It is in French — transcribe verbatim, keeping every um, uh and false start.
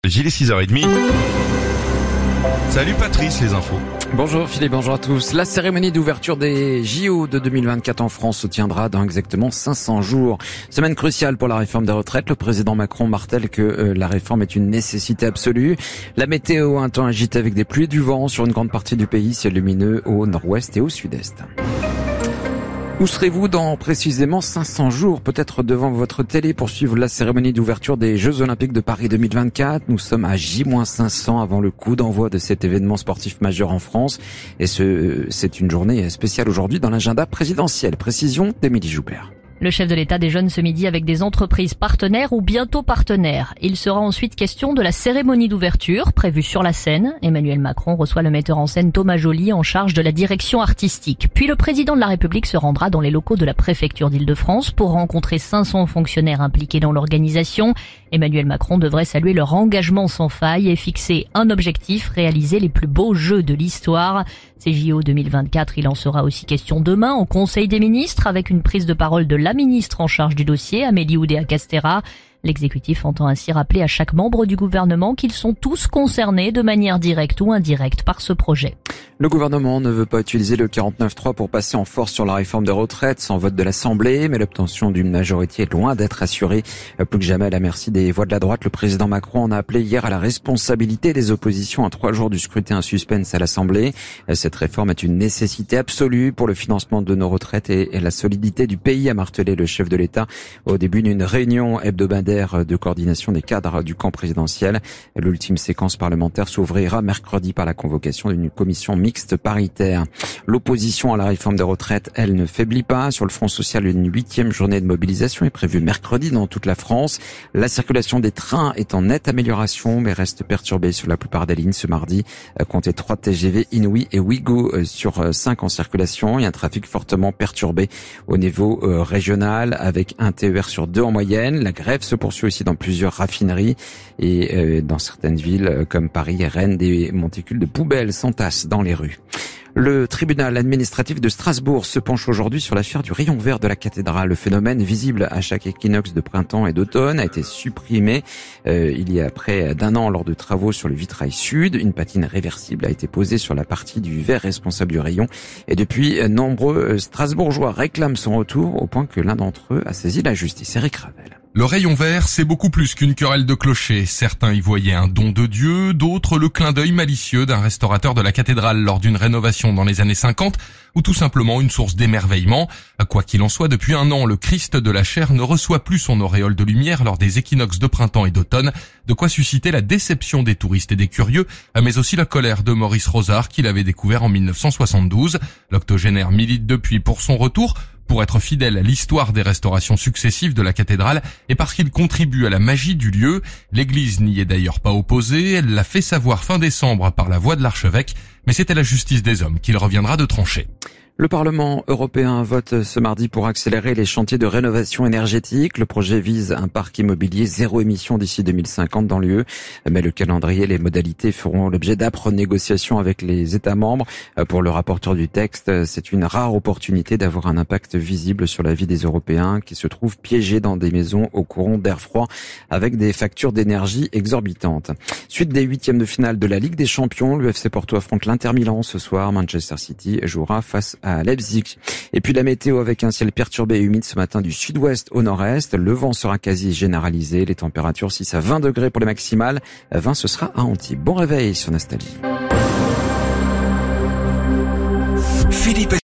Gilles, six heures trente. Salut Patrice, les infos. Bonjour Philippe, bonjour à tous. La cérémonie d'ouverture des J O de deux mille vingt-quatre en France se tiendra dans exactement cinq cents jours. Semaine cruciale pour la réforme des retraites. Le président Macron martèle que euh, la réforme est une nécessité absolue. La météo, un temps agité avec des pluies et du vent sur une grande partie du pays, ciel lumineux au nord-ouest et au sud-est. Où serez-vous dans précisément cinq cents jours, peut-être devant votre télé pour suivre la cérémonie d'ouverture des Jeux Olympiques de Paris deux mille vingt-quatre. Nous sommes à J cinq cents avant le coup d'envoi de cet événement sportif majeur en France. Et ce, c'est une journée spéciale aujourd'hui dans l'agenda présidentiel. Précision d'Émilie Joubert. Le chef de l'État déjeune ce midi avec des entreprises partenaires ou bientôt partenaires. Il sera ensuite question de la cérémonie d'ouverture prévue sur la scène. Emmanuel Macron reçoit le metteur en scène Thomas Joly en charge de la direction artistique. Puis le président de la République se rendra dans les locaux de la préfecture d'Île-de-France pour rencontrer cinq cents fonctionnaires impliqués dans l'organisation. Emmanuel Macron devrait saluer leur engagement sans faille et fixer un objectif, réaliser les plus beaux Jeux de l'histoire. Ces J O deux mille vingt-quatre, il en sera aussi question demain au Conseil des ministres avec une prise de parole de la ministre en charge du dossier, Amélie Oudéa-Castéra. L'exécutif entend ainsi rappeler à chaque membre du gouvernement qu'ils sont tous concernés de manière directe ou indirecte par ce projet. Le gouvernement ne veut pas utiliser le quarante-neuf trois pour passer en force sur la réforme des retraites sans vote de l'Assemblée, mais l'obtention d'une majorité est loin d'être assurée. Plus que jamais à la merci des voix de la droite, le président Macron en a appelé hier à la responsabilité des oppositions à trois jours du scrutin, un suspense à l'Assemblée. Cette réforme est une nécessité absolue pour le financement de nos retraites et la solidité du pays, a martelé le chef de l'État au début d'une réunion hebdomadaire de coordination des cadres du camp présidentiel. L'ultime séquence parlementaire s'ouvrira mercredi par la convocation d'une commission mixte paritaire. L'opposition à la réforme des retraites, elle, ne faiblit pas. Sur le front social, une huitième journée de mobilisation est prévue mercredi dans toute la France. La circulation des trains est en nette amélioration, mais reste perturbée sur la plupart des lignes. Ce mardi, comptez trois T G V Inouï et Ouigo sur cinq en circulation. Il y a un trafic fortement perturbé au niveau régional, avec un T E R sur deux en moyenne. La grève se poursuit aussi dans plusieurs raffineries et dans certaines villes comme Paris et Rennes, des monticules de poubelles s'entassent dans les rues. Le tribunal administratif de Strasbourg se penche aujourd'hui sur l'affaire du rayon vert de la cathédrale. Le phénomène, visible à chaque équinoxe de printemps et d'automne, a été supprimé euh, il y a près d'un an lors de travaux sur le vitrail sud. Une patine réversible a été posée sur la partie du verre responsable du rayon. Et depuis, nombreux Strasbourgeois réclament son retour au point que l'un d'entre eux a saisi la justice. Éric Ravel. Le rayon vert, c'est beaucoup plus qu'une querelle de clochers. Certains y voyaient un don de Dieu, d'autres le clin d'œil malicieux d'un restaurateur de la cathédrale lors d'une rénovation dans les années cinquante, ou tout simplement une source d'émerveillement. Quoi qu'il en soit, depuis un an, le Christ de la chair ne reçoit plus son auréole de lumière lors des équinoxes de printemps et d'automne, de quoi susciter la déception des touristes et des curieux, mais aussi la colère de Maurice Rosard, qui l'avait découvert en mille neuf cent soixante-douze. L'octogénaire milite depuis pour son retour, pour être fidèle à l'histoire des restaurations successives de la cathédrale et parce qu'il contribue à la magie du lieu. L'église n'y est d'ailleurs pas opposée, elle l'a fait savoir fin décembre par la voix de l'archevêque, mais c'est à la justice des hommes qu'il reviendra de trancher. Le Parlement européen vote ce mardi pour accélérer les chantiers de rénovation énergétique. Le projet vise un parc immobilier zéro émission d'ici deux mille cinquante dans l'U E. Mais le calendrier et les modalités feront l'objet d'âpres négociations avec les États membres. Pour le rapporteur du texte, c'est une rare opportunité d'avoir un impact visible sur la vie des Européens qui se trouvent piégés dans des maisons au courant d'air froid avec des factures d'énergie exorbitantes. Suite des huitièmes de finale de la Ligue des Champions, l'U F C Porto affronte l'Inter Milan ce soir. Manchester City jouera face à à Leipzig. Et puis la météo avec un ciel perturbé et humide ce matin du sud-ouest au nord-est. Le vent sera quasi généralisé. Les températures six à vingt degrés pour les maximales. vingt ce sera à Antibes. Bon réveil sur Nostalgie. Philippe